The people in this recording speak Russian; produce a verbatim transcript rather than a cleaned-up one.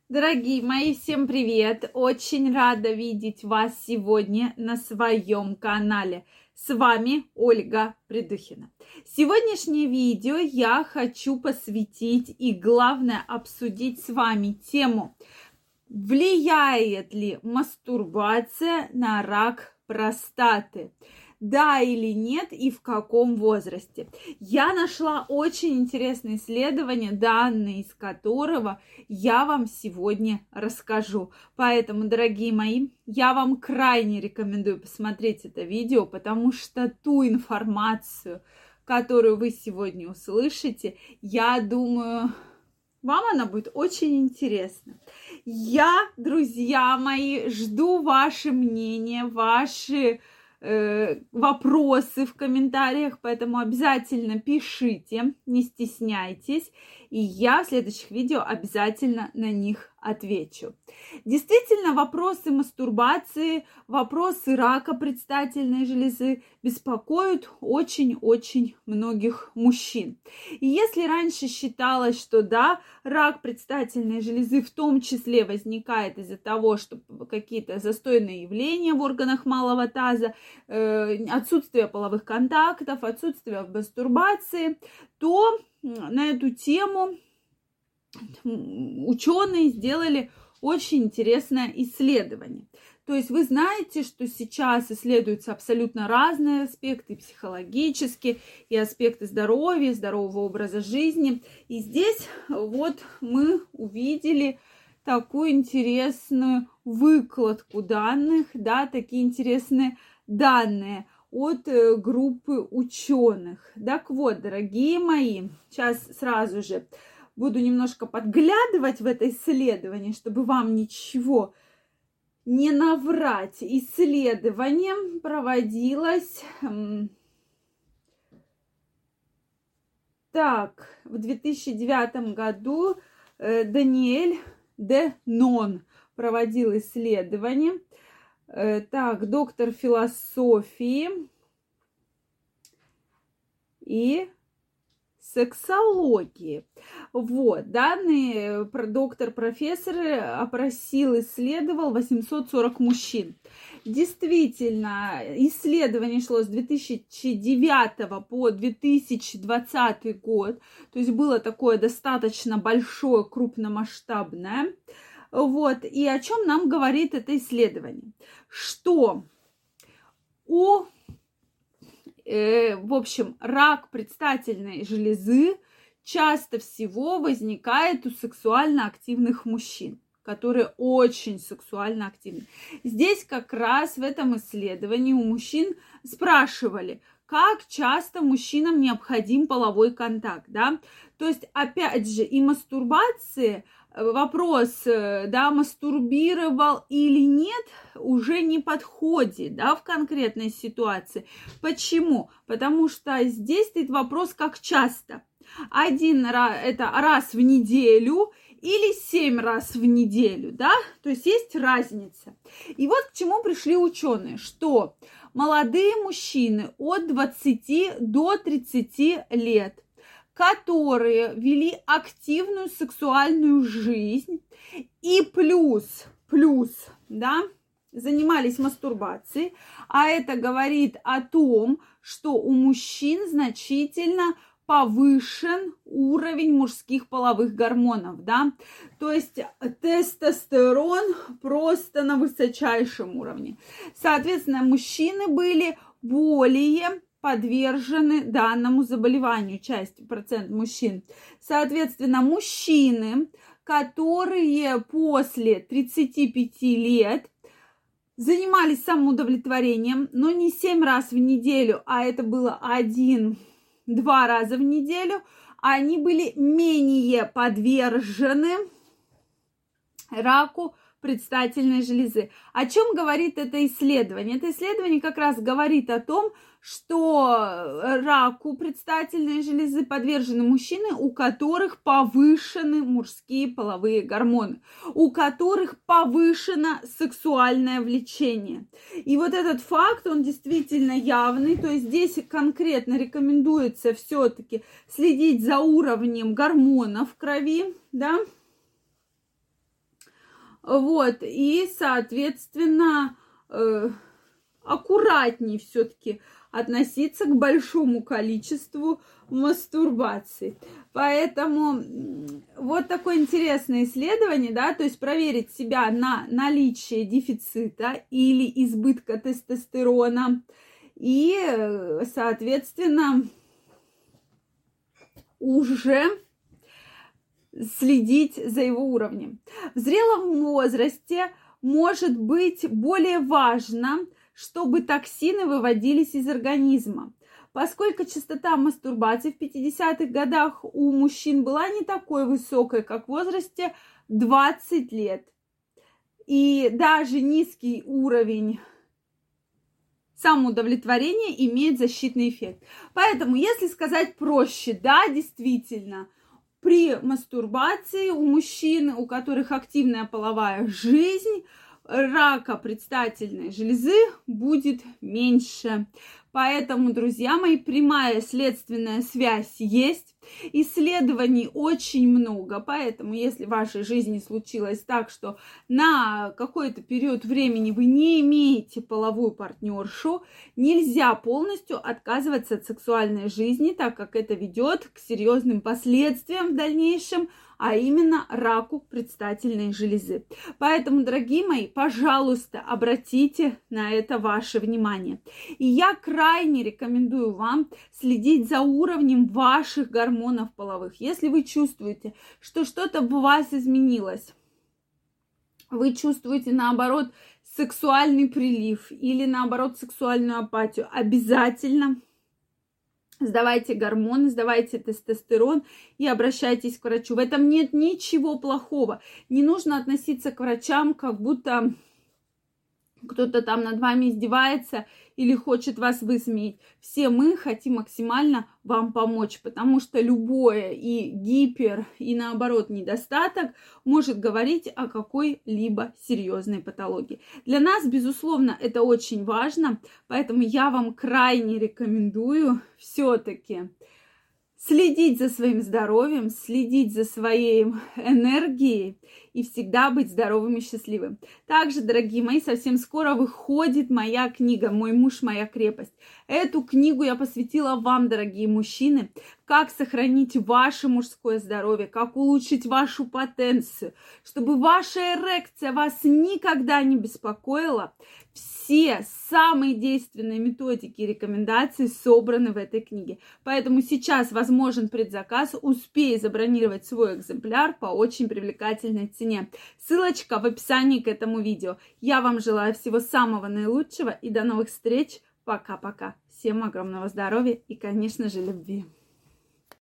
Дорогие мои, всем привет! Очень рада видеть вас сегодня на своем канале. С вами Ольга Придухина. Сегодняшнее видео я хочу посвятить и, главное, обсудить с вами тему: влияет ли мастурбация на рак простаты? Да или нет, и в каком возрасте? Я нашла очень интересное исследование, данные из которого я вам сегодня расскажу. Поэтому, дорогие мои, я вам крайне рекомендую посмотреть это видео, потому что ту информацию, которую вы сегодня услышите, я думаю, вам она будет очень интересна. Я, друзья мои, жду ваше мнение, ваши вопросы в комментариях, поэтому обязательно пишите, не стесняйтесь, и я в следующих видео обязательно на них отвечу. Действительно, вопросы мастурбации, вопросы рака предстательной железы беспокоят очень-очень многих мужчин. И если раньше считалось, что да, рак предстательной железы в том числе возникает из-за того, что какие-то застойные явления в органах малого таза, отсутствие половых контактов, отсутствие мастурбации, то на эту тему ученые сделали очень интересное исследование. То есть вы знаете, что сейчас исследуются абсолютно разные аспекты, психологические, и аспекты здоровья, здорового образа жизни. И здесь вот мы увидели такую интересную выкладку данных, да, такие интересные данные от группы ученых. Так вот, дорогие мои, сейчас сразу же буду немножко подглядывать в это исследование, чтобы вам ничего не наврать. Исследование проводилось так в две тысячи девятом году. Даниэль Денон проводил исследование. Так, доктор философии и сексологии. Вот, данные доктор-профессор опросил, исследовал восемьсот сорок мужчин. Действительно, исследование шло с две тысячи девятого по две тысячи двадцатый год. То есть было такое достаточно большое, крупномасштабное. Вот, и о чем нам говорит это исследование? Что у, э, в общем, рак предстательной железы часто всего возникает у сексуально активных мужчин, которые очень сексуально активны. Здесь как раз в этом исследовании у мужчин спрашивали, как часто мужчинам необходим половой контакт, да? То есть, опять же, и мастурбация, вопрос, да, мастурбировал или нет, уже не подходит, да, в конкретной ситуации. Почему? Потому что здесь стоит вопрос, как часто. Один раз, это раз в неделю или семь раз в неделю, да, то есть есть разница. И вот к чему пришли ученые, что молодые мужчины от двадцати до тридцати лет, которые вели активную сексуальную жизнь и плюс, плюс, да, занимались мастурбацией, а это говорит о том, что у мужчин значительно повышен уровень мужских половых гормонов, да, то есть тестостерон просто на высочайшем уровне. Соответственно, мужчины были более подвержены данному заболеванию, часть, процент мужчин. Соответственно, мужчины, которые после тридцати пяти лет занимались самоудовлетворением, но не семь раз в неделю, а это было один-два раза в неделю, они были менее подвержены раку предстательной железы. О чем говорит это исследование? Это исследование как раз говорит о том, что раку предстательной железы подвержены мужчины, у которых повышены мужские половые гормоны, у которых повышено сексуальное влечение. И вот этот факт, он действительно явный, то есть здесь конкретно рекомендуется все-таки следить за уровнем гормонов в крови, да, Вот, и, соответственно, э, аккуратней все-таки относиться к большому количеству мастурбаций. Поэтому вот такое интересное исследование, да, то есть проверить себя на наличие дефицита или избытка тестостерона и, соответственно, уже следить за его уровнем. В зрелом возрасте может быть более важно, чтобы токсины выводились из организма. Поскольку частота мастурбации в пятидесятых годах у мужчин была не такой высокой, как в возрасте двадцати лет. И даже низкий уровень самоудовлетворения имеет защитный эффект. Поэтому, если сказать проще, да, действительно, при мастурбации у мужчин, у которых активная половая жизнь, рака предстательной железы будет меньше. Поэтому, друзья мои, прямая следственная связь есть. Исследований очень много. Поэтому, если в вашей жизни случилось так, что на какой-то период времени вы не имеете половую партнершу, нельзя полностью отказываться от сексуальной жизни, так как это ведет к серьезным последствиям в дальнейшем, а именно раку предстательной железы. Поэтому, дорогие мои, пожалуйста, обратите на это ваше внимание. И я крайне рекомендую вам следить за уровнем ваших гормонов половых. Если вы чувствуете, что что-то в вас изменилось, вы чувствуете, наоборот, сексуальный прилив или, наоборот, сексуальную апатию, обязательно сдавайте гормоны, сдавайте тестостерон и обращайтесь к врачу. В этом нет ничего плохого. Не нужно относиться к врачам, как будто кто-то там над вами издевается или хочет вас высмеять. Все мы хотим максимально вам помочь, потому что любое и гипер, и наоборот недостаток может говорить о какой-либо серьезной патологии. Для нас, безусловно, это очень важно, поэтому я вам крайне рекомендую все-таки следить за своим здоровьем, следить за своей энергией и всегда быть здоровым и счастливым. Также, дорогие мои, совсем скоро выходит моя книга «Мой муж, моя крепость». Эту книгу я посвятила вам, дорогие мужчины, как сохранить ваше мужское здоровье, как улучшить вашу потенцию, чтобы ваша эрекция вас никогда не беспокоила. Все самые действенные методики и рекомендации собраны в этой книге. Поэтому сейчас возможен предзаказ. Успей забронировать свой экземпляр по очень привлекательной цене. Ссылочка в описании к этому видео. Я вам желаю всего самого наилучшего и до новых встреч. Пока-пока. Всем огромного здоровья и, конечно же, любви.